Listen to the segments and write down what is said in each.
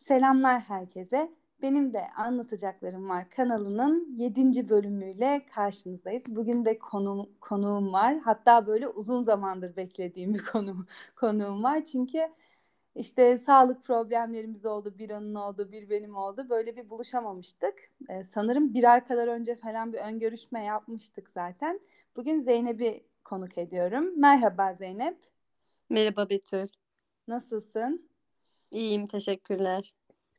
Selamlar herkese. Benim de anlatacaklarım var kanalının 7. bölümüyle karşınızdayız. Bugün de konuğum var. Hatta böyle uzun zamandır beklediğim bir konuğum var. Çünkü işte sağlık problemlerimiz oldu. Bir onun oldu, bir benim oldu. Böyle bir buluşamamıştık. Sanırım bir ay kadar önce falan bir ön görüşme yapmıştık zaten. Bugün Zeynep'i konuk ediyorum. Merhaba Zeynep. Merhaba Betül. Nasılsın? İyiyim, teşekkürler.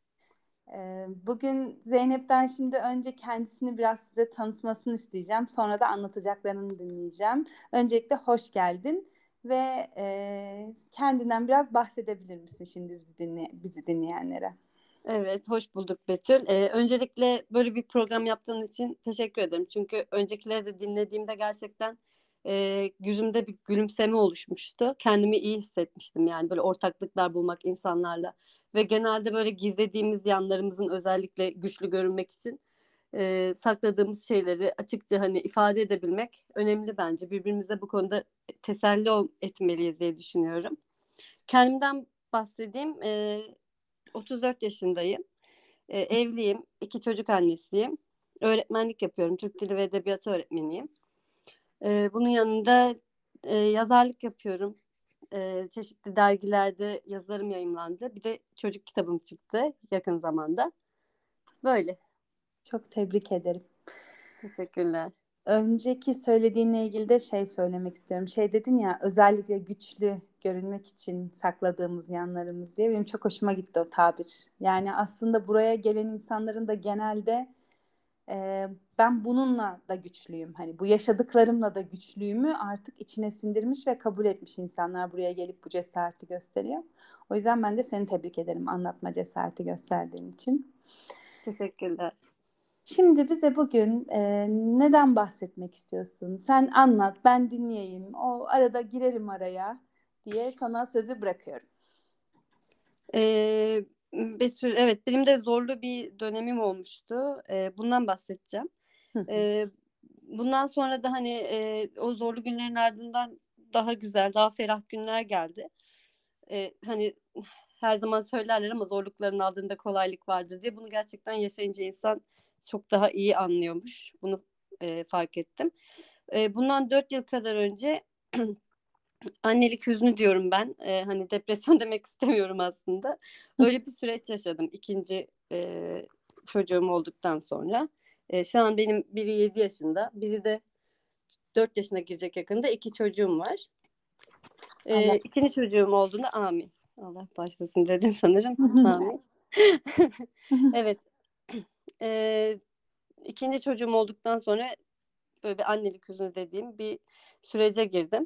Bugün Zeynep'ten şimdi önce kendisini biraz size tanıtmasını isteyeceğim. Sonra da anlatacaklarını dinleyeceğim. Öncelikle hoş geldin ve kendinden biraz bahsedebilir misin şimdi bizi dinleyenlere? Evet, hoş bulduk Betül. Öncelikle böyle bir program yaptığın için teşekkür ederim. Çünkü öncekileri de dinlediğimde gerçekten yüzümde bir gülümseme oluşmuştu. Kendimi iyi hissetmiştim yani böyle ortaklıklar bulmak insanlarla. Ve genelde böyle gizlediğimiz yanlarımızın özellikle güçlü görünmek için sakladığımız şeyleri açıkça hani ifade edebilmek önemli bence. Birbirimize bu konuda etmeliyiz diye düşünüyorum. Kendimden bahsedeyim. 34 yaşındayım. Evliyim. 2 çocuk annesiyim. Öğretmenlik yapıyorum. Türk Dili ve Edebiyatı öğretmeniyim. Bunun yanında yazarlık yapıyorum. Çeşitli dergilerde yazılarım yayımlandı. Bir de çocuk kitabım çıktı yakın zamanda. Böyle. Çok tebrik ederim. Teşekkürler. Önceki söylediğinle ilgili de şey söylemek istiyorum. Şey dedin ya, özellikle güçlü görünmek için sakladığımız yanlarımız diye. Benim çok hoşuma gitti o tabir. Yani aslında buraya gelen insanların da genelde ben bununla da güçlüyüm. Hani bu yaşadıklarımla da güçlüğümü artık içine sindirmiş ve kabul etmiş insanlar buraya gelip bu cesareti gösteriyor. O yüzden ben de seni tebrik ederim anlatma cesareti gösterdiğin için. Teşekkürler. Şimdi bize bugün neden bahsetmek istiyorsun? Sen anlat, ben dinleyeyim. O arada girerim araya diye sana sözü bırakıyorum. Betül, evet benim de zorlu bir dönemim olmuştu. Bundan bahsedeceğim. Hı hı. Ee, Bundan sonra da hani o zorlu günlerin ardından daha güzel, daha ferah günler geldi. Hani her zaman söylerler ama zorlukların ardında kolaylık vardır diye. Bunu gerçekten yaşayınca insan çok daha iyi anlıyormuş. Bunu fark ettim. Bundan 4 yıl kadar önce annelik hüznü diyorum ben. Hani depresyon demek istemiyorum aslında. Öyle bir süreç yaşadım ikinci çocuğum olduktan sonra. Şu an benim biri 7 yaşında, biri de 4 yaşına girecek yakında. 2 çocuğum var. Allah. İkinci çocuğum olduğunda amin. Allah başlasın dedin sanırım. Amin. Evet. Ee, ikinci çocuğum olduktan sonra böyle bir annelik hüznü dediğim bir sürece girdim.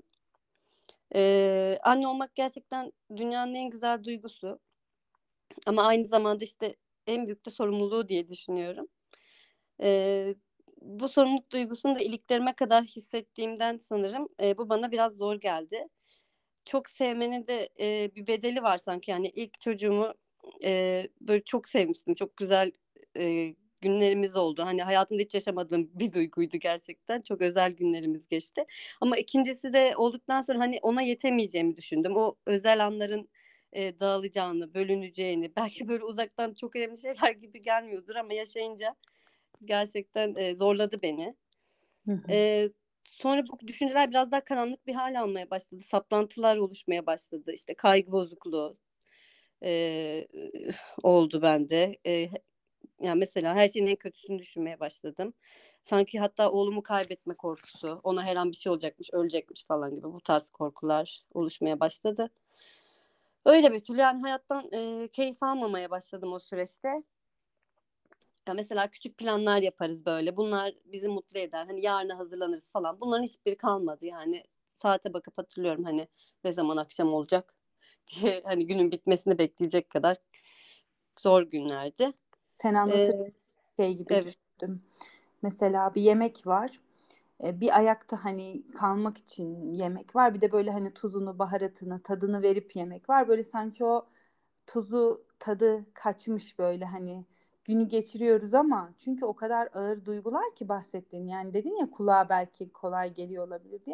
Anne olmak gerçekten dünyanın en güzel duygusu. Ama aynı zamanda işte en büyük de sorumluluğu diye düşünüyorum. Ee, Bu sorumluluk duygusunu da iliklerime kadar hissettiğimden sanırım bu bana biraz zor geldi. Çok sevmenin de bir bedeli var sanki. Yani ilk çocuğumu böyle çok sevmiştim. Çok güzel günlerimiz oldu. Hani hayatımda hiç yaşamadığım bir duyguydu gerçekten. Çok özel günlerimiz geçti. Ama ikincisi de olduktan sonra hani ona yetemeyeceğimi düşündüm. O özel anların dağılacağını, bölüneceğini, belki böyle uzaktan çok önemli şeyler gibi gelmiyordur ama yaşayınca gerçekten zorladı beni. Hı hı. E, Sonra bu düşünceler biraz daha karanlık bir hal almaya başladı. Saplantılar oluşmaya başladı. İşte kaygı bozukluğu e, oldu bende. Yani mesela her şeyin en kötüsünü düşünmeye başladım. Sanki hatta oğlumu kaybetme korkusu, ona her an bir şey olacakmış, ölecekmiş falan gibi bu tarz korkular oluşmaya başladı. Öyle bir türlü yani hayattan keyif almamaya başladım o süreçte. Ya mesela küçük planlar yaparız böyle. Bunlar bizi mutlu eder. Hani yarına hazırlanırız falan. Bunların hiçbiri kalmadı yani. Saate bakıp hatırlıyorum hani ne zaman akşam olacak diye hani günün bitmesini bekleyecek kadar zor günlerdi. Sen anlatır Ee, şey gibi evet. düşündüm. Mesela bir yemek var. Bir ayakta hani kalmak için yemek var. Bir de böyle hani tuzunu, baharatını, tadını verip yemek var. Böyle sanki o tuzu, tadı kaçmış böyle hani günü geçiriyoruz ama çünkü o kadar ağır duygular ki bahsettiğin. Yani dedin ya kulağa belki kolay geliyor olabilir diye.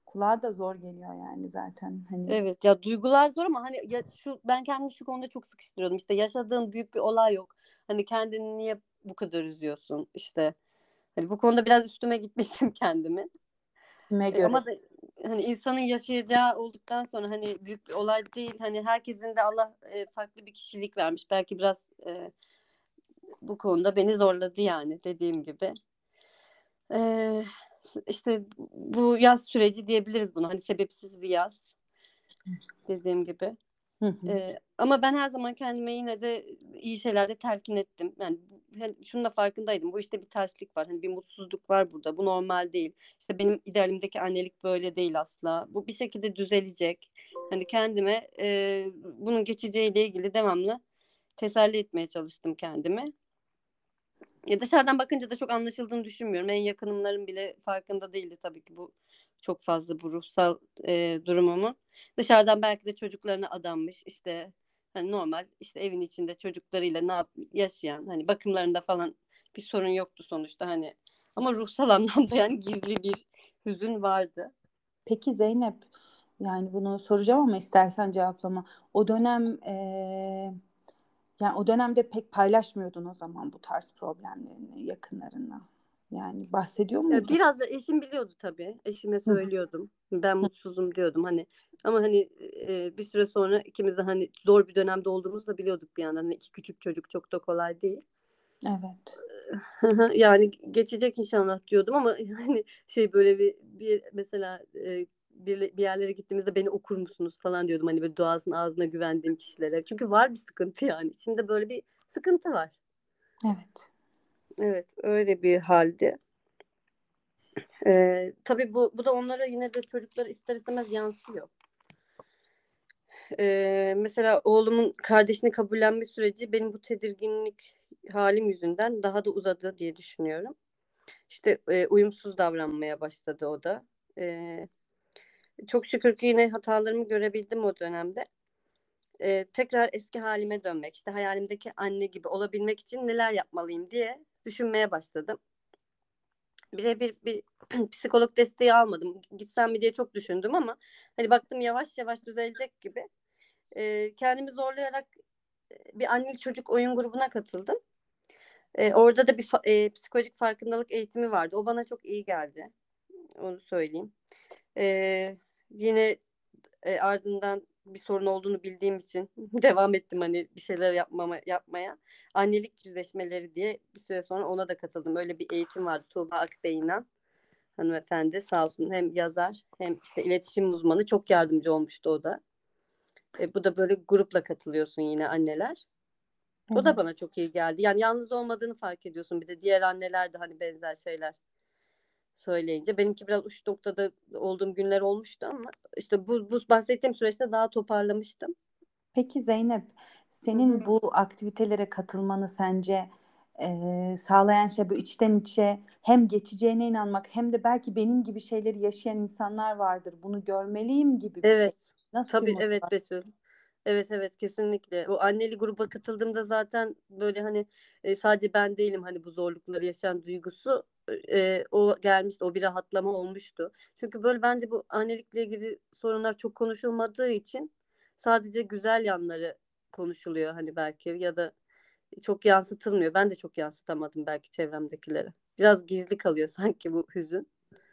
kulağa da zor geliyor yani zaten hani. Evet ya, duygular zor ama hani ya ben kendimi şu konuda çok sıkıştırıyordum. İşte yaşadığın büyük bir olay yok. Hani kendini niye bu kadar üzüyorsun işte. Hani bu konuda biraz üstüme gitmiştim kendimi. Kime göre? Ama da hani insanın yaşayacağı olduktan sonra hani büyük bir olay değil. Hani herkesin de Allah farklı bir kişilik vermiş. Belki biraz bu konuda beni zorladı yani, dediğim gibi. E, işte bu yaz süreci diyebiliriz buna. Hani sebepsiz bir yaz, dediğim gibi. Hı hı. Ama ben her zaman kendime yine de iyi şeylerde telkin ettim. Yani hani şunun da farkındaydım. Bu işte bir terslik var. Hani bir mutsuzluk var burada. Bu normal değil. İşte benim idealimdeki annelik böyle değil asla. Bu bir şekilde düzelecek. Hani kendime bunun geçeceğiyle ilgili devamlı teselli etmeye çalıştım kendimi. Dışarıdan bakınca da çok anlaşıldığını düşünmüyorum. En yakınımların bile farkında değildi tabii ki bu çok fazla bu ruhsal durumumu. Dışarıdan belki de çocuklarına adanmış, işte hani normal, işte evin içinde çocuklarıyla yaşayan, hani bakımlarında falan bir sorun yoktu sonuçta hani, ama ruhsal anlamda yani gizli bir hüzün vardı. Peki Zeynep, yani bunu soracağım ama istersen cevaplama. O dönem yani o dönemde pek paylaşmıyordun o zaman bu tarz problemlerini yakınlarına. Yani bahsediyor muydun? Biraz da eşim biliyordu tabii. Eşime Hı söylüyordum. Ben hı. mutsuzum diyordum hani. Ama hani bir süre sonra ikimiz de hani zor bir dönemde olduğumuzu da biliyorduk bir yandan. Hani iki küçük çocuk çok da kolay değil. Evet. Yani geçecek inşallah diyordum ama hani şey, böyle bir mesela bir yerlere gittiğimizde beni okur musunuz falan diyordum. Hani böyle duasının ağzına güvendiğim kişilere. Çünkü var bir sıkıntı yani. İçinde böyle bir sıkıntı var. Evet. Evet, öyle bir halde. Tabii bu da onlara, yine de çocuklara ister istemez yansıyor. Mesela oğlumun kardeşini kabullenme süreci benim bu tedirginlik halim yüzünden daha da uzadı diye düşünüyorum. İşte uyumsuz davranmaya başladı o da. Ee, Çok şükür ki yine hatalarımı görebildim o dönemde. Tekrar eski halime dönmek, işte hayalimdeki anne gibi olabilmek için neler yapmalıyım diye düşünmeye başladım. Birebir bir psikolog desteği almadım. Gitsem mi diye çok düşündüm ama hani baktım yavaş yavaş düzelecek gibi. Kendimi zorlayarak bir annelik çocuk oyun grubuna katıldım. Orada da bir psikolojik farkındalık eğitimi vardı. O bana çok iyi geldi. Onu söyleyeyim. Yine ardından bir sorun olduğunu bildiğim için devam ettim hani bir şeyler yapmaya. Annelik yüzleşmeleri diye bir süre sonra ona da katıldım. Öyle bir eğitim vardı, Tuğba Akbey'inan hanımefendi sağ olsun, hem yazar hem işte iletişim uzmanı, çok yardımcı olmuştu o da. Bu da böyle grupla katılıyorsun yine anneler. O da Evet. bana çok iyi geldi. Yani yalnız olmadığını fark ediyorsun. Bir de diğer anneler de hani benzer şeyler söyleyince. Benimki biraz uç noktada olduğum günler olmuştu ama işte bu bahsettiğim süreçte daha toparlamıştım. Peki Zeynep, Hı senin hı. bu aktivitelere katılmanı sence sağlayan şey bu içten içe hem geçeceğine inanmak hem de belki benim gibi şeyleri yaşayan insanlar vardır. Bunu görmeliyim gibi bir şey. Evet. Nasıl bir Tabii, evet motivasyon? Betül. Evet, evet, kesinlikle. O anneli gruba katıldığımda zaten böyle hani sadece ben değilim hani bu zorlukları yaşayan duygusu o gelmişti. O bir rahatlama olmuştu. Çünkü böyle bence bu annelikle ilgili sorunlar çok konuşulmadığı için sadece güzel yanları konuşuluyor hani, belki, ya da çok yansıtılmıyor. Ben de çok yansıtamadım belki çevremdekilere. Biraz gizli kalıyor sanki bu hüzün.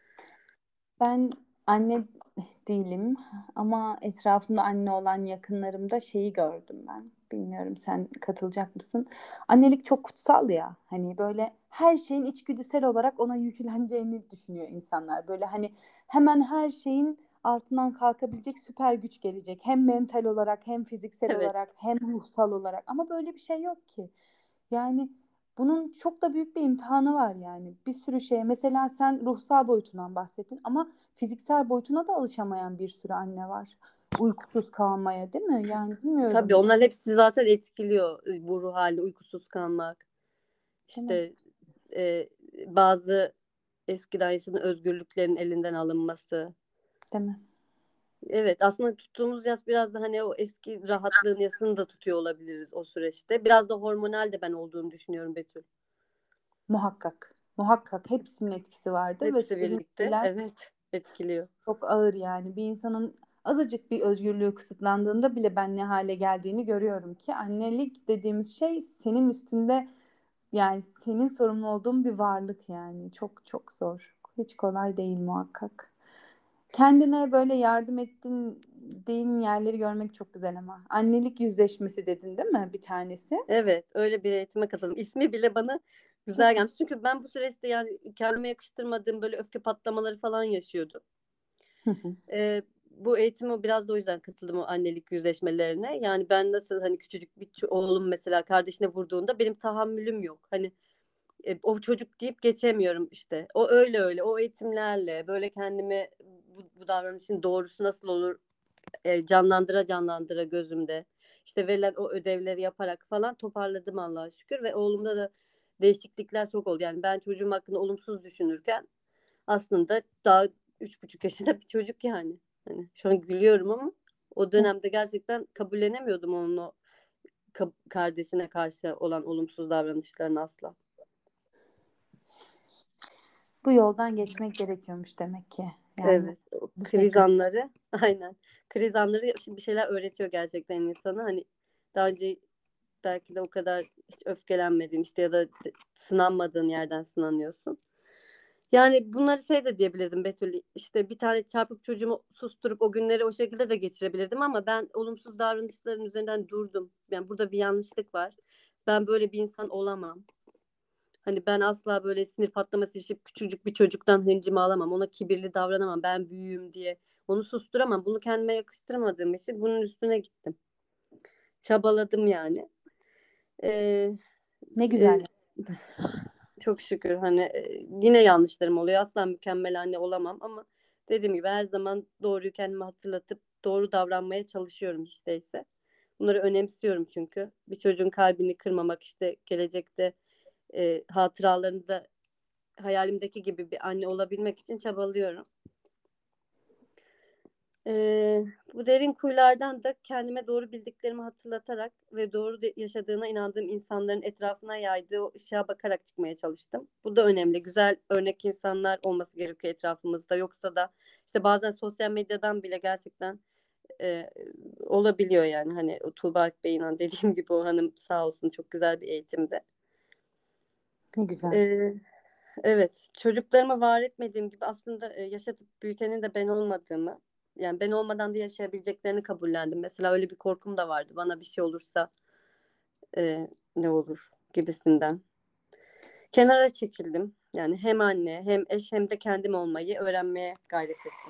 Ben anne değilim ama etrafımda anne olan yakınlarımda şeyi gördüm ben. Bilmiyorum sen katılacak mısın? Annelik çok kutsal ya. Hani böyle her şeyin içgüdüsel olarak ona yükleneceğini düşünüyor insanlar. Böyle hani hemen her şeyin altından kalkabilecek süper güç gelecek. Hem mental olarak hem fiziksel Evet. olarak hem ruhsal olarak. Ama böyle bir şey yok ki. Yani bunun çok da büyük bir imtihanı var yani. Bir sürü şeye mesela sen ruhsal boyutundan bahsettin ama fiziksel boyutuna da alışamayan bir sürü anne var. Uykusuz kalmaya değil mi? Yani Tabii bilmiyorum. onların hepsi zaten etkiliyor, bu ruh hali, uykusuz kalmak. Değil mi? İşte e, bazı eskiden yaşanan özgürlüklerin elinden alınması. Değil mi? Evet, aslında tuttuğumuz yas biraz da hani o eski rahatlığın yasını da tutuyor olabiliriz o süreçte. Biraz da hormonal de ben olduğunu düşünüyorum Betül. Muhakkak. Muhakkak hepsinin etkisi vardır ve Hepsi söylediğin birlikte. şeyler Evet. etkiliyor. Çok ağır yani. Bir insanın azıcık bir özgürlüğü kısıtlandığında bile ben ne hale geldiğini görüyorum ki annelik dediğimiz şey senin üstünde, yani senin sorumlu olduğun bir varlık yani. Çok çok zor. Hiç kolay değil muhakkak. Kendine böyle yardım ettiğin yerleri görmek çok güzel ama. Annelik yüzleşmesi dedin değil mi bir tanesi? Evet, öyle bir eğitime katıldım. İsmi bile bana güzel Çok gelmiş. Çünkü ben bu süreçte yani kendime yakıştırmadığım böyle öfke patlamaları falan yaşıyordum. Bu eğitime biraz da o yüzden katıldım, o annelik yüzleşmelerine. Yani ben nasıl hani küçücük bir oğlum mesela kardeşine vurduğunda benim tahammülüm yok. Hani o çocuk deyip geçemiyorum işte. O öyle o eğitimlerle böyle kendimi bu davranışın doğrusu nasıl olur canlandıra gözümde. İşte verilen o ödevleri yaparak falan toparladım Allah'a şükür ve oğlumda da değişiklikler çok oldu. Yani ben çocuğum hakkında olumsuz düşünürken aslında daha 3,5 yaşında bir çocuk yani. Hani şu an gülüyorum ama o dönemde gerçekten kabullenemiyordum onun o kardeşine karşı olan olumsuz davranışlarını asla. bu yoldan geçmek gerekiyormuş demek ki. Yani Evet, o bu kriz şekilde. anları aynen. Kriz anları bir şeyler öğretiyor gerçekten insana. Hani daha önce belki de o kadar hiç öfkelenmediğin işte ya da sınanmadığın yerden sınanıyorsun. Yani bunları şey de diyebilirdim Betül. İşte bir tane çarpık çocuğumu susturup o günleri o şekilde de geçirebilirdim ama ben olumsuz davranışların üzerinden durdum. Yani burada bir yanlışlık var. Ben böyle bir insan olamam. Hani ben asla böyle sinir patlaması yaşayıp küçücük bir çocuktan hıncımı alamam. Ona kibirli davranamam. Ben büyüğüm diye. Onu susturamam. Bunu kendime yakıştıramadığım için bunun üstüne gittim. Çabaladım yani. Ee, Ne e, güzel. Çok şükür hani yine yanlışlarım oluyor. Asla mükemmel anne olamam ama dediğim gibi her zaman doğruyu kendime hatırlatıp doğru davranmaya çalışıyorum isteyse. Bunları önemsiyorum çünkü. Bir çocuğun kalbini kırmamak işte gelecekte hatıralarını da hayalimdeki gibi bir anne olabilmek için çabalıyorum. Ee, Bu derin kuyulardan da kendime doğru bildiklerimi hatırlatarak ve doğru yaşadığına inandığım insanların etrafına yaydığı o ışığa bakarak çıkmaya çalıştım. Bu da önemli. Güzel örnek insanlar olması gerekiyor etrafımızda. Yoksa da işte bazen sosyal medyadan bile gerçekten e, olabiliyor yani. Hani o Tuğba Bey'in dediğim gibi o hanım sağ olsun çok güzel bir eğitimde. Ne güzel. Ee, Evet, çocuklarıma var etmediğim gibi aslında yaşatıp büyütenin de ben olmadığımı, yani ben olmadan da yaşayabileceklerini kabullendim. Mesela öyle bir korkum da vardı. Bana bir şey olursa ne olur gibisinden. Kenara çekildim. Yani hem anne, hem eş, hem de kendim olmayı öğrenmeye gayret ettim.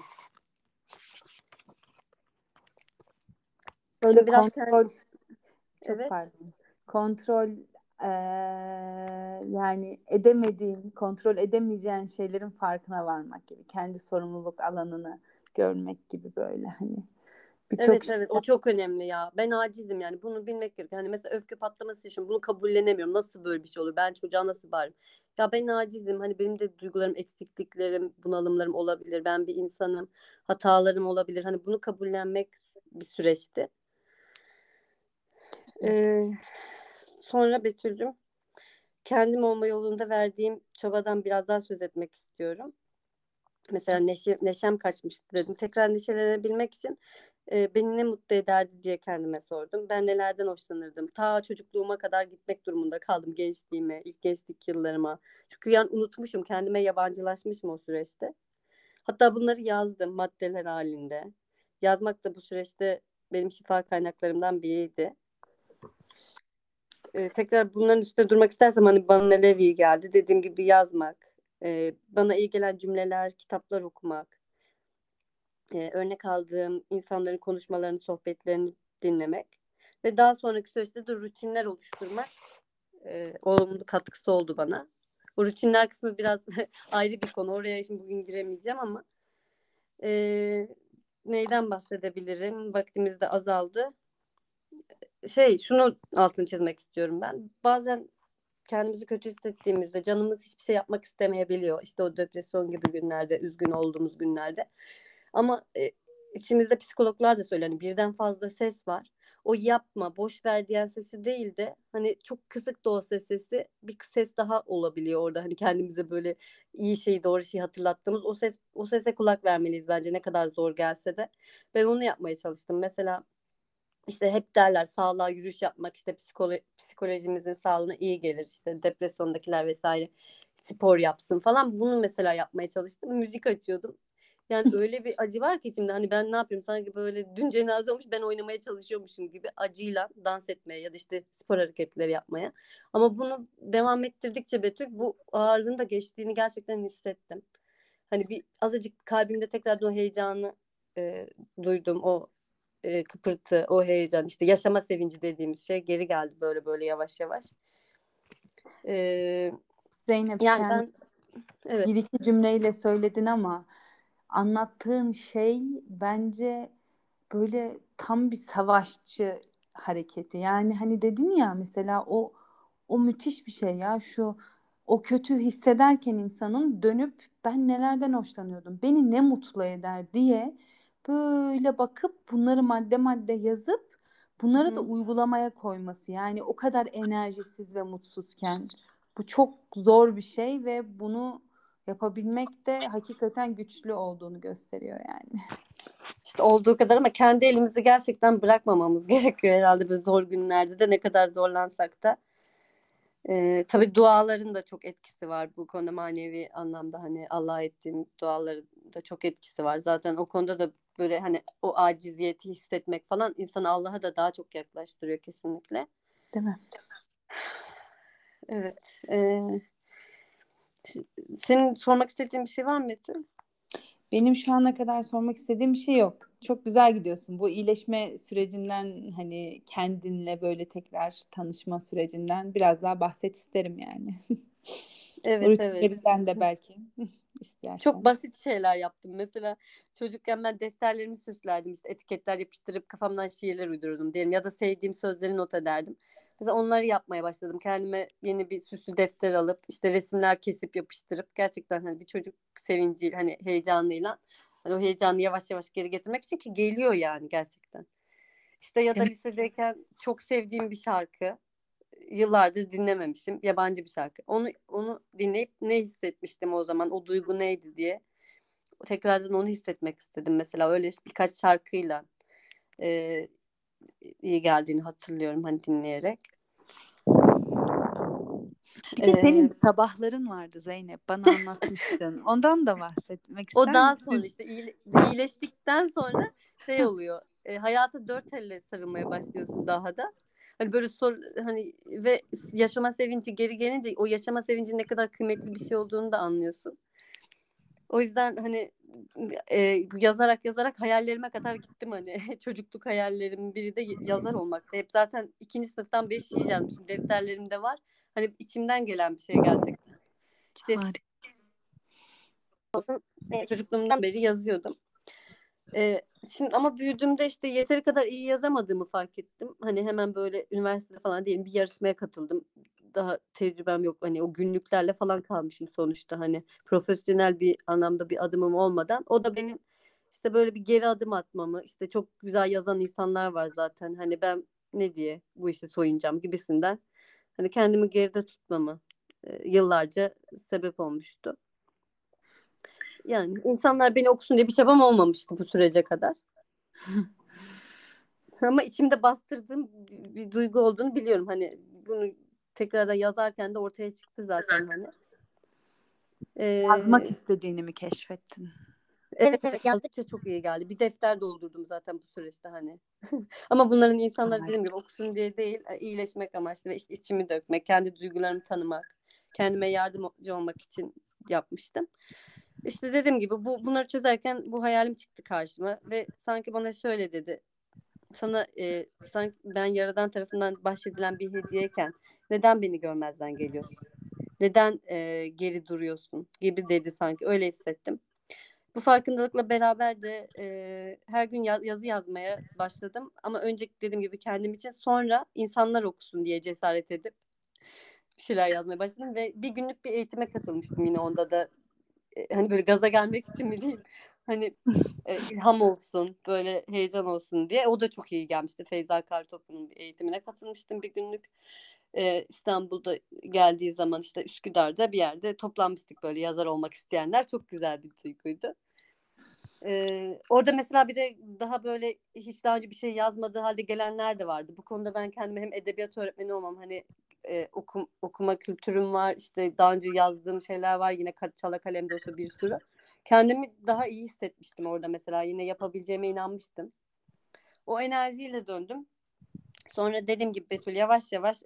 Böyle Şimdi biraz kontrol, çok evet, pardon. Kontrol yani edemediğin, kontrol edemeyeceğin şeylerin farkına varmak gibi. Kendi sorumluluk alanını görmek gibi böyle hani. Birçok evet, şey. evet, o çok önemli ya. Ben acizim yani bunu bilmek gerekiyor. Hani mesela öfke patlaması yaşıyorum. Bunu kabullenemiyorum. Nasıl böyle bir şey olur? Ben çocuğa nasıl bağırırım? Ya ben acizim. Hani benim de duygularım, eksikliklerim, bunalımlarım olabilir. Ben bir insanım. Hatalarım olabilir. Hani bunu kabullenmek bir süreçti. Ee, Sonra Betül'cüm kendim olma yolunda verdiğim çabadan biraz daha söz etmek istiyorum. Mesela neşem kaçmıştı dedim. Tekrar neşelenebilmek için beni ne mutlu ederdi diye kendime sordum. Ben nelerden hoşlanırdım. Ta çocukluğuma kadar gitmek durumunda kaldım, gençliğime, ilk gençlik yıllarıma. Çünkü yani unutmuşum, kendime yabancılaşmışım o süreçte. Hatta bunları yazdım maddeler halinde. Yazmak da bu süreçte benim şifa kaynaklarımdan biriydi. Tekrar bunların üstüne durmak istersem hani bana neler iyi geldi. Dediğim gibi yazmak, bana iyi gelen cümleler, kitaplar okumak, örnek aldığım insanların konuşmalarını, sohbetlerini dinlemek ve daha sonraki süreçte de rutinler oluşturmak olumlu katkısı oldu bana. O rutinler kısmı biraz ayrı bir konu. Oraya şimdi bugün giremeyeceğim ama e, neyden bahsedebilirim? Vaktimiz de azaldı. Şunu altını çizmek istiyorum ben. Bazen kendimizi kötü hissettiğimizde canımız hiçbir şey yapmak istemeyebiliyor. İşte o depresyon gibi günlerde, üzgün olduğumuz günlerde. Ama içimizde psikologlar da söylüyor. Hani birden fazla ses var. o yapma, boş ver diyen sesi değil de hani çok kısık da olsa sesi bir ses daha olabiliyor orada. Hani kendimize böyle iyi şeyi doğru şeyi hatırlattığımız o sese kulak vermeliyiz bence ne kadar zor gelse de. Ben onu yapmaya çalıştım. Mesela işte hep derler sağlığa yürüyüş yapmak işte psikolojimizin sağlığına iyi gelir. İşte depresyondakiler vesaire spor yapsın falan. Bunu mesela yapmaya çalıştım. Müzik açıyordum. Yani öyle bir acı var ki içimde hani ben ne yapıyorum sanki böyle dün cenaze olmuş ben oynamaya çalışıyormuşum gibi acıyla dans etmeye ya da işte spor hareketleri yapmaya. Ama bunu devam ettirdikçe Betül bu ağırlığın da geçtiğini gerçekten hissettim. Hani bir azıcık kalbimde tekrar o heyecanı duydum. O kıpırtı, o heyecan, işte yaşama sevinci dediğimiz şey geri geldi böyle böyle yavaş yavaş. E, Zeynep, Yani sen ben bir evet. iki cümleyle söyledin ama anlattığın şey bence böyle tam bir savaşçı hareketi. Yani hani dedin ya mesela o müthiş bir şey ya, şu o kötü hissederken insanın dönüp ben nelerden hoşlanıyordum, beni ne mutlu eder diye böyle bakıp bunları madde madde yazıp Hı bunları da hı. uygulamaya koyması. Yani o kadar enerjisiz ve mutsuzken bu çok zor bir şey ve bunu yapabilmek de hakikaten güçlü olduğunu gösteriyor yani. İşte olduğu kadar ama kendi elimizi gerçekten bırakmamamız gerekiyor herhalde böyle zor günlerde de ne kadar zorlansak da. Tabii duaların da çok etkisi var bu konuda manevi anlamda hani Allah'a ettiğim duaların da çok etkisi var. Zaten o konuda da böyle hani o aciziyeti hissetmek falan insanı Allah'a da daha çok yaklaştırıyor kesinlikle. Değil mi? Evet. Senin sormak istediğin bir şey var mı Betül? Benim şu ana kadar sormak istediğim bir şey yok. Çok güzel gidiyorsun. Bu iyileşme sürecinden, hani kendinle böyle tekrar tanışma sürecinden biraz daha bahset isterim yani. O Evet, evet. rutinlerinden de belki Çok istersen. basit şeyler yaptım. Mesela çocukken ben defterlerimi süslerdim. İşte etiketler yapıştırıp kafamdan şiirler uydururdum diyelim. Ya da sevdiğim sözleri not ederdim. Mesela onları yapmaya başladım. Kendime yeni bir süslü defter alıp işte resimler kesip yapıştırıp gerçekten hani bir çocuk sevinciyle hani heyecanıyla hani o heyecanı yavaş yavaş geri getirmek için ki geliyor yani gerçekten. İşte ya da Değil mi? lisedeyken çok sevdiğim bir şarkı yıllardır dinlememişim. Yabancı bir şarkı. Onu dinleyip ne hissetmiştim o zaman, o duygu neydi diye. Tekrardan onu hissetmek istedim. Mesela öyle birkaç şarkıyla e, iyi geldiğini hatırlıyorum hani dinleyerek. Bir de senin E, sabahların vardı Zeynep. Bana anlatmıştın. Ondan da bahsetmek O ister daha sonra misin? işte iyileştikten sonra şey oluyor. Hayata dört elle sarılmaya başlıyorsun daha da. Hani böyle hani ve yaşama sevinci geri gelince o yaşama sevincin ne kadar kıymetli bir şey olduğunu da anlıyorsun. O yüzden hani yazarak yazarak hayallerime kadar gittim hani çocukluk hayallerimin biri de yazar olmakta. Hep zaten ikinci sınıftan beri şiir yazmışım. Defterlerimde var. Hani içimden gelen bir şey gerçekten. İşte Harika. olsun çocukluğumdan beri yazıyordum. Şimdi ama büyüdüğümde işte yeteri kadar iyi yazamadığımı fark ettim. Hani hemen böyle üniversitede falan diyelim bir yarışmaya katıldım. Daha tecrübem yok. Hani o günlüklerle falan kalmışım sonuçta. Hani profesyonel bir anlamda bir adımım olmadan. O da benim işte böyle bir geri adım atmamı, işte çok güzel yazan insanlar var zaten. Hani ben ne diye bu işi soyunacağım gibisinden. Hani kendimi geride tutmamı yıllarca sebep olmuştu. Yani insanlar beni okusun diye bir çabam olmamıştı bu sürece kadar. Ama içimde bastırdığım bir duygu olduğunu biliyorum. Hani bunu tekrardan yazarken de ortaya çıktı zaten hani. Yazmak Ee, istediğini mi keşfettin? evet, evet, yazdıkça çok iyi geldi. Bir defter doldurdum zaten bu süreçte hani. Ama bunların insanlar dediğim Harika. gibi okusun diye değil, iyileşmek amaçlı ve işte içimi dökmek, kendi duygularımı tanımak, kendime yardımcı olmak için yapmıştım. İşte dediğim gibi bunları çözerken bu hayalim çıktı karşıma ve sanki bana şöyle dedi. Sana sanki ben Yaradan tarafından bahşedilen bir hediyeyken neden beni görmezden geliyorsun? Neden geri duruyorsun gibi dedi sanki öyle hissettim. Bu farkındalıkla beraber de her gün yazı yazmaya başladım. Ama önce dediğim gibi kendim için sonra insanlar okusun diye cesaret edip bir şeyler yazmaya başladım. Ve bir günlük bir eğitime katılmıştım yine onda da. Hani böyle gaza gelmek için mi diyeyim. Hani ilham olsun, böyle heyecan olsun diye. O da çok iyi gelmişti. Feyza Kartopu'nun bir eğitimine katılmıştım bir günlük. İstanbul'da geldiği zaman işte Üsküdar'da bir yerde toplanmıştık böyle yazar olmak isteyenler. Çok güzel bir duyguydu. Orada mesela bir de daha böyle hiç daha önce bir şey yazmadığı halde gelenler de vardı. Bu konuda ben kendime hem edebiyat öğretmeni olmam, hani okuma kültürüm var, işte daha önce yazdığım şeyler var, yine çala kalemde olsa bir sürü. Kendimi daha iyi hissetmiştim orada mesela, yine yapabileceğime inanmıştım. O enerjiyle döndüm. Sonra dediğim gibi Betül yavaş yavaş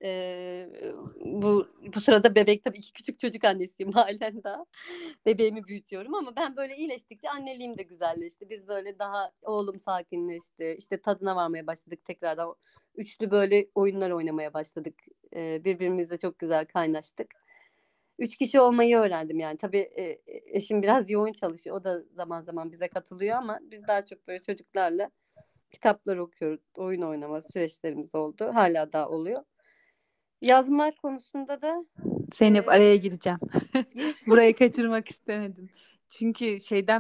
bu sırada bebek, tabii iki küçük çocuk annesiyim halen daha. Bebeğimi büyütüyorum ama ben böyle iyileştikçe anneliğim de güzelleşti. Biz böyle daha oğlum sakinleşti. İşte tadına varmaya başladık tekrardan. Üçlü böyle oyunlar oynamaya başladık. Birbirimizle çok güzel kaynaştık. Üç kişi olmayı öğrendim yani. Tabii eşim biraz yoğun çalışıyor. O da zaman zaman bize katılıyor ama biz daha çok böyle çocuklarla kitaplar okuyoruz. Oyun oynama süreçlerimiz oldu. Hala daha oluyor. Yazma konusunda da Zeynep, e, araya gireceğim. gir. Burayı kaçırmak istemedim. Çünkü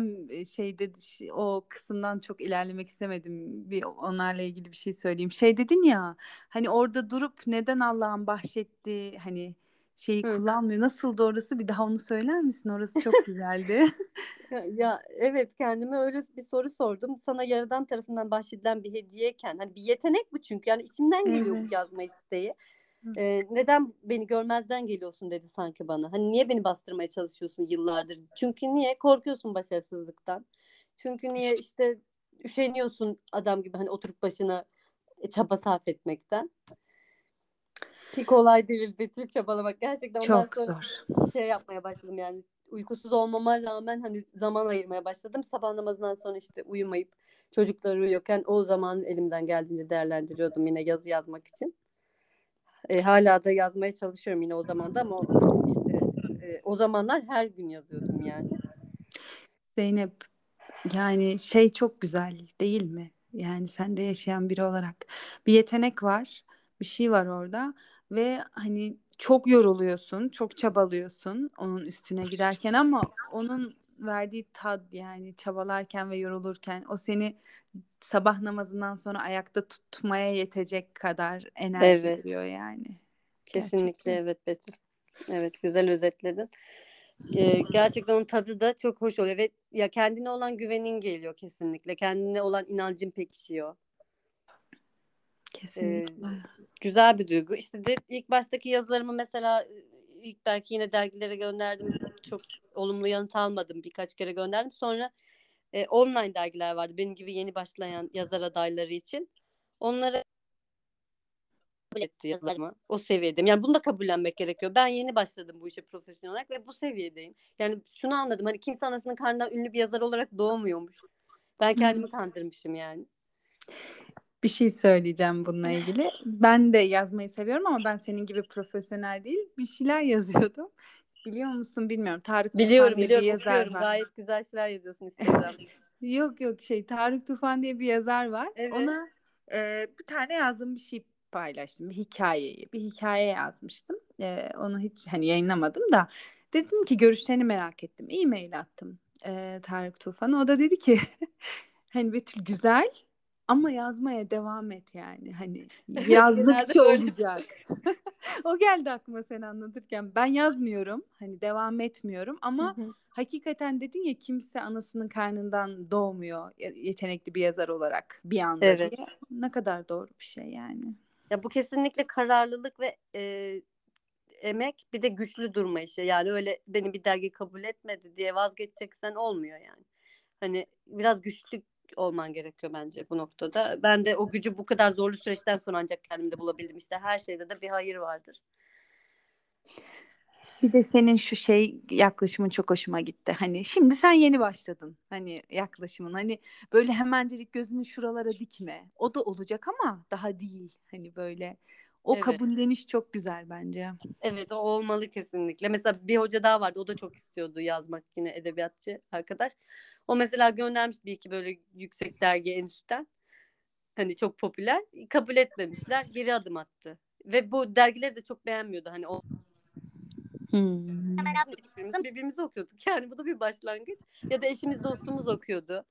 o kısımdan çok ilerlemek istemedim. Bir onlarla ilgili bir şey söyleyeyim. Şey dedin ya, hani orada durup neden Allah'ın bahşetti, hani şeyi Hı. kullanmıyor. Nasıldı orası? Bir daha onu söyler misin? Orası çok güzeldi. Ya evet, kendime öyle bir soru sordum. Sana Yaradan tarafından bahşedilen bir hediyeyken, hani bir yetenek bu çünkü, yani içimden geliyor bu Evet. yazma isteği. Neden beni görmezden geliyorsun dedi sanki bana. Hani niye beni bastırmaya çalışıyorsun yıllardır? Çünkü niye korkuyorsun başarısızlıktan? Çünkü niye işte üşeniyorsun adam gibi hani oturup başına çaba sarf etmekten? Ki kolay değil Betül, çabalamak. Gerçekten ondan Çok sonra zor. şey yapmaya başladım yani. Uykusuz olmama rağmen hani zaman ayırmaya başladım. Sabah namazından sonra işte uyumayıp çocuklar uyuyorken o zaman elimden geldiğince değerlendiriyordum yine yazı yazmak için. Hala da yazmaya çalışıyorum yine o zaman da, ama işte o zamanlar her gün yazıyordum yani. Zeynep, yani şey çok güzel değil mi? Yani sende yaşayan biri olarak bir yetenek var, bir şey var orada ve hani çok yoruluyorsun, çok çabalıyorsun onun üstüne giderken ama onun verdiği tad, yani çabalarken ve yorulurken o seni sabah namazından sonra ayakta tutmaya yetecek kadar enerji Evet, veriyor yani. kesinlikle Gerçekten. evet Betül. Evet, güzel özetledin. Gerçekten onun tadı da çok hoş oluyor ve ya kendine olan güvenin geliyor kesinlikle. Kendine olan inancın pekişiyor. Ee, Kesinlikle. Güzel bir duygu. İşte de ilk baştaki yazılarımı mesela ilk belki yine dergilere gönderdim. Çok olumlu yanıt almadım. Birkaç kere gönderdim. Sonra online dergiler vardı benim gibi yeni başlayan yazar adayları için. Onlara kabul etti yazılarımı. O seviyedeyim. Yani bunu da kabullenmek gerekiyor. Ben yeni başladım bu işe profesyonel olarak ve bu seviyedeyim. Yani şunu anladım. Hani kimse anasının karnından ünlü bir yazar olarak doğmuyormuş. Ben Hı. kendimi kandırmışım yani. Bir şey söyleyeceğim bununla ilgili. Ben de yazmayı seviyorum ama ben senin gibi profesyonel değil. Bir şeyler yazıyordum. Biliyor musun bilmiyorum. Tarık Tufan Biliyorum diye bir biliyorum, yazar okuyorum. var. Gayet güzel şeyler yazıyorsun Instagram'da. Yok yok, Tarık Tufan diye bir yazar var. Evet. Ona bir tane yazdığım bir şey paylaştım. Bir hikaye yazmıştım. Onu hiç hani yayınlamadım da. Dedim ki görüşlerini merak ettim. E-mail attım Tarık Tufan'a. O da dedi ki hani Betül güzel ama yazmaya devam et yani. Hani Evet, genelde yazdıkça öyle. olacak. O geldi aklıma sen anlatırken. Ben yazmıyorum. Hani devam etmiyorum Hı ama hı. hakikaten dedin ya, kimse anasının karnından doğmuyor yetenekli bir yazar olarak bir anda diye. Evet. Ne kadar doğru bir şey yani. Ya bu kesinlikle kararlılık ve emek, bir de güçlü durma işi. Yani öyle beni bir dergi kabul etmedi diye vazgeçeceksen olmuyor yani. Hani biraz güçlü olman gerekiyor bence bu noktada. Ben de o gücü bu kadar zorlu süreçten sonra ancak kendimde bulabildim. İşte her şeyde de bir hayır vardır. Bir de senin şu yaklaşımın çok hoşuma gitti. Hani şimdi sen yeni başladın. Hani yaklaşımın, hani böyle hemencecik gözünü şuralara dikme. O da olacak ama daha değil. Hani böyle o Evet. kabulleniş çok güzel bence. Evet, o olmalı kesinlikle. Mesela bir hoca daha vardı. O da çok istiyordu yazmak, yine edebiyatçı arkadaş. O mesela göndermiş bir iki böyle yüksek dergi en üstten. Hani çok popüler. Kabul etmemişler. Geri adım attı. Ve bu dergileri de çok beğenmiyordu. Hani o Hmm. Birbirimizi okuyorduk. Yani bu da bir başlangıç. Ya da eşimiz dostumuz okuyordu.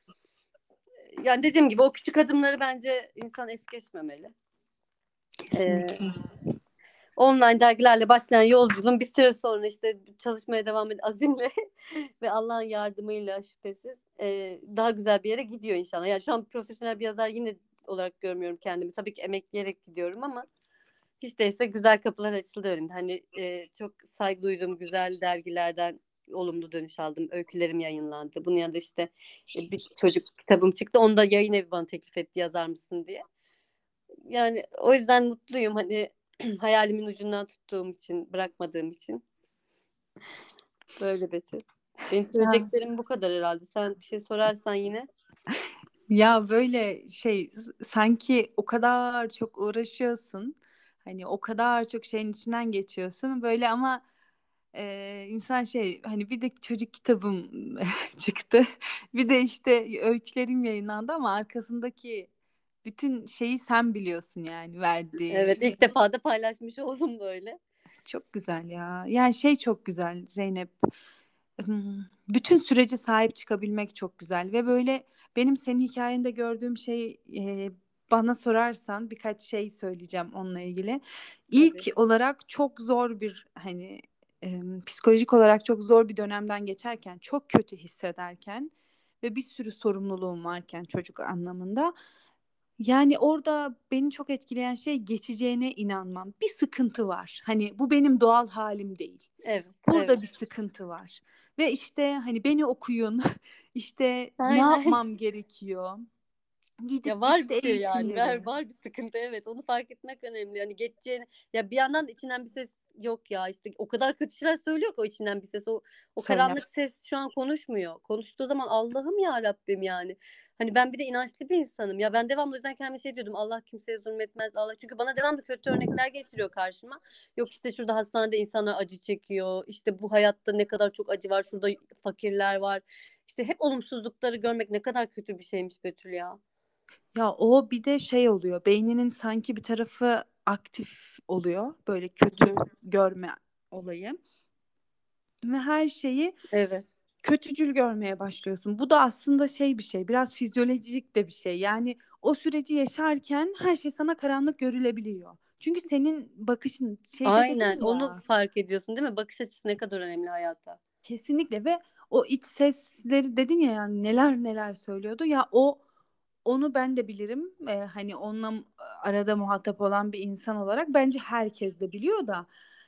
Yani dediğim gibi o küçük adımları bence insan es geçmemeli. Kesinlikle. Online dergilerle başlayan yolculuğun bir süre sonra işte çalışmaya devam eden azimle ve Allah'ın yardımıyla şüphesiz daha güzel bir yere gidiyor inşallah. Yani şu an profesyonel bir yazar yine olarak görmüyorum kendimi. Tabii ki emekleyerek gidiyorum ama hiç değilse güzel kapılar açıldı önümde. Hani çok saygı duyduğum güzel dergilerden olumlu dönüş aldım. Öykülerim yayınlandı. Bunun yanında işte bir çocuk kitabım çıktı. Onu da yayın evi bana teklif etti, yazar mısın diye. Yani o yüzden mutluyum. Hani hayalimin ucundan tuttuğum için, bırakmadığım için. Böyle Betül. Benim Ya, söyleyeceklerim bu kadar herhalde. Sen bir şey sorarsan yine. ya böyle şey sanki o kadar çok uğraşıyorsun. Hani o kadar çok şeyin içinden geçiyorsun. Böyle ama insan şey hani bir de çocuk kitabım çıktı. Bir de işte öykülerim yayınlandı ama arkasındaki bütün şeyi sen biliyorsun yani Evet, verdiği. ilk defa da paylaşmış oldum böyle. Çok güzel ya. Yani şey çok güzel Zeynep. Bütün sürece sahip çıkabilmek çok güzel ve böyle benim senin hikayende gördüğüm şey bana sorarsan birkaç şey söyleyeceğim onunla ilgili. İlk Tabii. olarak çok zor bir hani psikolojik olarak çok zor bir dönemden geçerken, çok kötü hissederken ve bir sürü sorumluluğum varken çocuk anlamında yani orada beni çok etkileyen şey geçeceğine inanmam. Bir sıkıntı var. Hani bu benim doğal halim değil. Evet, Burada evet. bir sıkıntı var. Ve işte hani beni okuyun. İşte ne Aynen. yapmam gerekiyor? Gidip Ya var bir işte şey yani. eğitimleri. Var bir sıkıntı, evet. Onu fark etmek önemli. Yani geçeceğini, ya bir yandan da içinden bir ses yok ya, işte o kadar kötü şeyler söylüyor ki o içinden bir ses. O Söyler. karanlık ses şu an konuşmuyor. Konuştuğu zaman Allah'ım ya Rabbim yani. Hani ben bir de inançlı bir insanım. Ya ben devamlı o yüzden kendime şey diyordum. Allah kimseye zulmetmez. Allah, çünkü bana devamlı kötü örnekler getiriyor karşıma. Yok işte şurada hastanede insanlar acı çekiyor. İşte bu hayatta ne kadar çok acı var. Şurada fakirler var. İşte hep olumsuzlukları görmek ne kadar kötü bir şeymiş Betül ya. Ya o bir de şey oluyor. Beyninin sanki bir tarafı aktif oluyor. Böyle Hı kötü hı. görme olayı. Ve her şeyi Evet. kötücül görmeye başlıyorsun. Bu da aslında şey bir şey, biraz fizyolojik de bir şey. Yani o süreci yaşarken her şey sana karanlık görülebiliyor. Çünkü senin bakışın şeyde Aynen, dedin onu ya, fark ediyorsun değil mi? Bakış açısı ne kadar önemli hayata. kesinlikle ve o iç sesleri dedin ya yani neler neler söylüyordu ya onu ben de bilirim. Hani onunla arada muhatap olan bir insan olarak bence herkes de biliyor da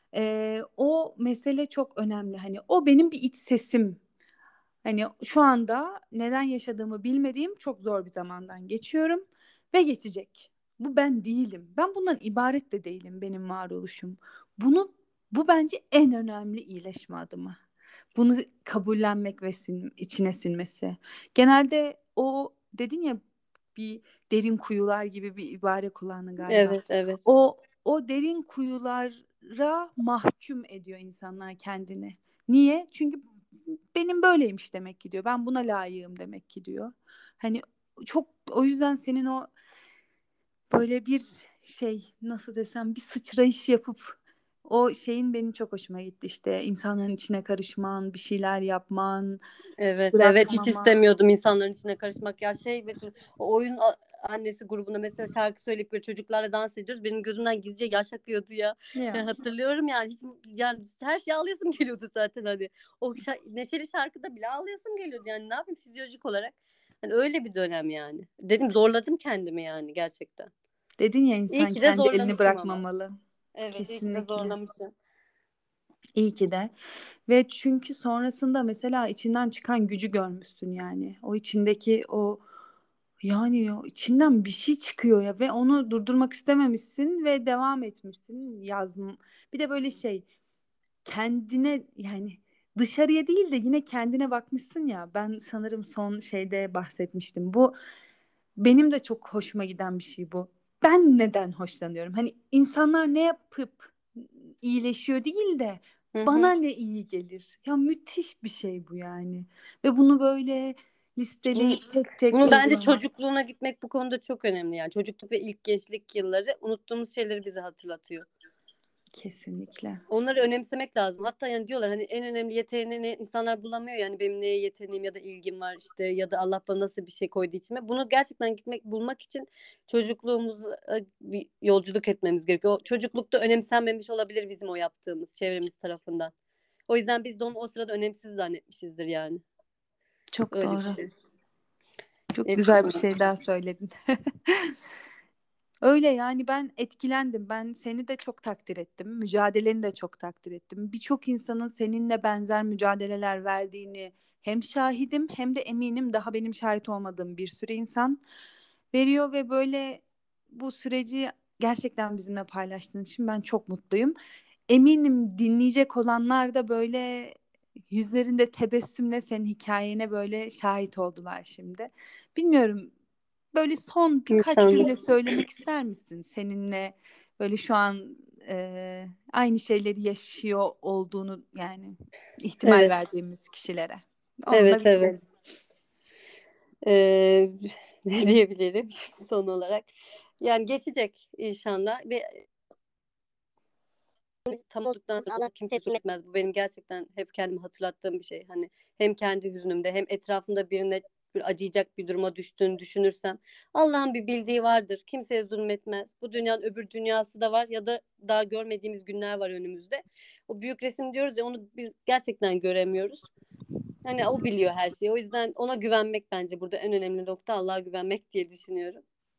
o mesele çok önemli. Hani o benim bir iç sesim. Hani şu anda neden yaşadığımı bilmediğim çok zor bir zamandan geçiyorum ve geçecek. Bu ben değilim. Ben bundan ibaret de değilim benim varoluşum. Bunu bu bence en önemli iyileşme adımı. Bunu kabullenmek ve içine sinmesi. Genelde o dedin ya bir derin kuyular gibi bir ibare kullandın galiba. Evet, evet. O derin kuyulara mahkum ediyor insanlar kendini. Niye? Çünkü benim böyleymiş demek ki diyor. Ben buna layığım demek ki diyor. Hani çok o yüzden senin o böyle bir şey nasıl desem bir sıçrayış yapıp o şeyin benim çok hoşuma gitti işte insanların içine karışman, bir şeyler yapman, Evet, evet, hiç bırakmama. istemiyordum insanların içine karışmak. Ya şey Betül, o oyun annesi grubunda mesela şarkı söyleyip böyle çocuklarla dans ediyoruz. Benim gözümden gizlice yaş akıyordu ya. Ya Ya. hatırlıyorum yani, hiç yani her şey ağlayasım geliyordu zaten hani. O neşeli şarkıda bile ağlayasım geliyordu yani, ne yapayım fizyolojik olarak. Hani öyle bir dönem yani. Dedim zorladım kendimi yani gerçekten. Dedin ya İyi insan ki de kendi elini zorlamışım ama. bırakmamalı. Evet, iyi ki de Kesinlikle. zorlamışım. İyi ki de. Ve çünkü sonrasında mesela içinden çıkan gücü görmüşsün yani. O içindeki o yani o içinden bir şey çıkıyor ya ve onu durdurmak istememişsin ve devam etmişsin yazdım. Bir de böyle şey kendine yani dışarıya değil de yine kendine bakmışsın ya. Ben sanırım son şeyde bahsetmiştim. Bu benim de çok hoşuma giden bir şey bu. Ben neden hoşlanıyorum? Hani insanlar ne yapıp iyileşiyor değil de Hı bana hı. ne iyi gelir? Ya müthiş bir şey bu yani. Ve bunu böyle Bunu, listeleyip tek tek bunu bence uygulamak. çocukluğuna gitmek bu konuda çok önemli yani. Çocukluk ve ilk gençlik yılları unuttuğumuz şeyleri bize hatırlatıyor. Kesinlikle. Onları önemsemek lazım. Hatta yani diyorlar hani en önemli yeteneğini insanlar bulamıyor, yani benim neye yeteneğim ya da ilgim var işte, ya da Allah bana nasıl bir şey koydu içime. Bunu gerçekten bulmak için çocukluğumuza bir yolculuk etmemiz gerekiyor. O çocuklukta önemsenmemiş olabilir bizim o yaptığımız çevremiz tarafından. O yüzden biz de onu o sırada önemsiz zannetmişizdir yani. Çok Öyle bir doğru. şey. Çok güzel bir Etkilemek. şey daha söyledin. Öyle yani ben etkilendim. Ben seni de çok takdir ettim. Mücadeleni de çok takdir ettim. Birçok insanın seninle benzer mücadeleler verdiğini hem şahidim hem de eminim daha benim şahit olmadığım bir sürü insan veriyor ve böyle bu süreci gerçekten bizimle paylaştığın için ben çok mutluyum. Eminim dinleyecek olanlar da böyle yüzlerinde tebessümle senin hikayene böyle şahit oldular şimdi. Bilmiyorum, böyle son birkaç İnşallah. cümle söylemek ister misin? Seninle böyle şu an aynı şeyleri yaşıyor olduğunu yani ihtimal Evet. verdiğimiz kişilere. Onunla Evet, bitirelim. evet. Ee, ne diyebilirim son olarak? Yani geçecek inşallah ve tam olduktan sonra Allah kimse üzülmez. Bu benim gerçekten hep kendime hatırlattığım bir şey. Hani hem kendi hüznümde hem etrafımda birine bir acıyacak bir duruma düştüğünü düşünürsem Allah'ın bir bildiği vardır. Kimseye zulmetmez. Bu dünyanın öbür dünyası da var ya da daha görmediğimiz günler var önümüzde. O büyük resim diyoruz ya, onu biz gerçekten göremiyoruz. Hani o biliyor her şeyi. O yüzden ona güvenmek bence burada en önemli nokta, Allah'a güvenmek diye düşünüyorum.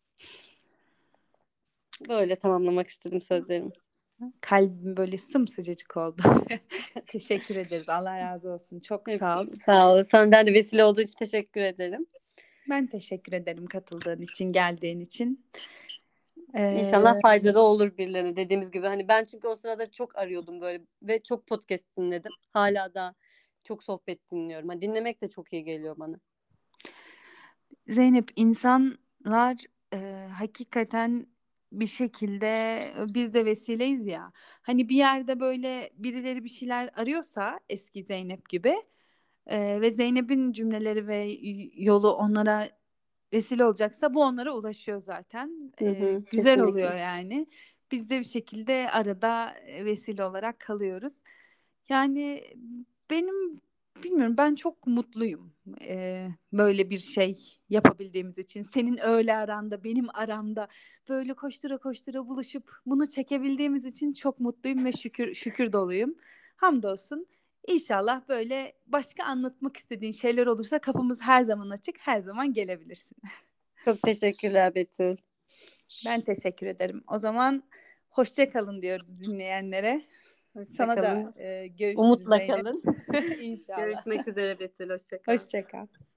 Böyle tamamlamak istedim sözlerimi. Kalbim böyle sımsıcacık oldu. Teşekkür ederiz. Allah razı olsun. Çok Hep, sağ ol. sağ ol. Senden de vesile olduğu için teşekkür ederim. Ben teşekkür ederim katıldığın için, geldiğin için. İnşallah Ee, faydalı olur birilerine, dediğimiz gibi. Hani ben çünkü o sırada çok arıyordum böyle ve çok podcast dinledim. Hala da çok sohbet dinliyorum. Hani dinlemek de çok iyi geliyor bana. Zeynep, insanlar hakikaten bir şekilde biz de vesileyiz ya. Hani bir yerde böyle birileri bir şeyler arıyorsa eski Zeynep gibi ve Zeynep'in cümleleri ve yolu onlara vesile olacaksa bu onlara ulaşıyor zaten. Hı hı, Güzel kesinlikle. oluyor yani. Biz de bir şekilde arada vesile olarak kalıyoruz. Yani benim bilmiyorum, ben çok mutluyum böyle bir şey yapabildiğimiz için. Senin öğle aranda, benim aramda böyle koştura koştura buluşup bunu çekebildiğimiz için çok mutluyum ve şükür doluyum. Hamdolsun. İnşallah böyle başka anlatmak istediğin şeyler olursa kapımız her zaman açık, her zaman gelebilirsin. Çok teşekkürler Betül. Ben teşekkür ederim. O zaman hoşça kalın diyoruz dinleyenlere. Hoşça Sana da kalın. görüşürüz Umutla Zeynep. kalın. İnşallah. Görüşmek üzere Betül. Hoşça kal. Hoşça kal.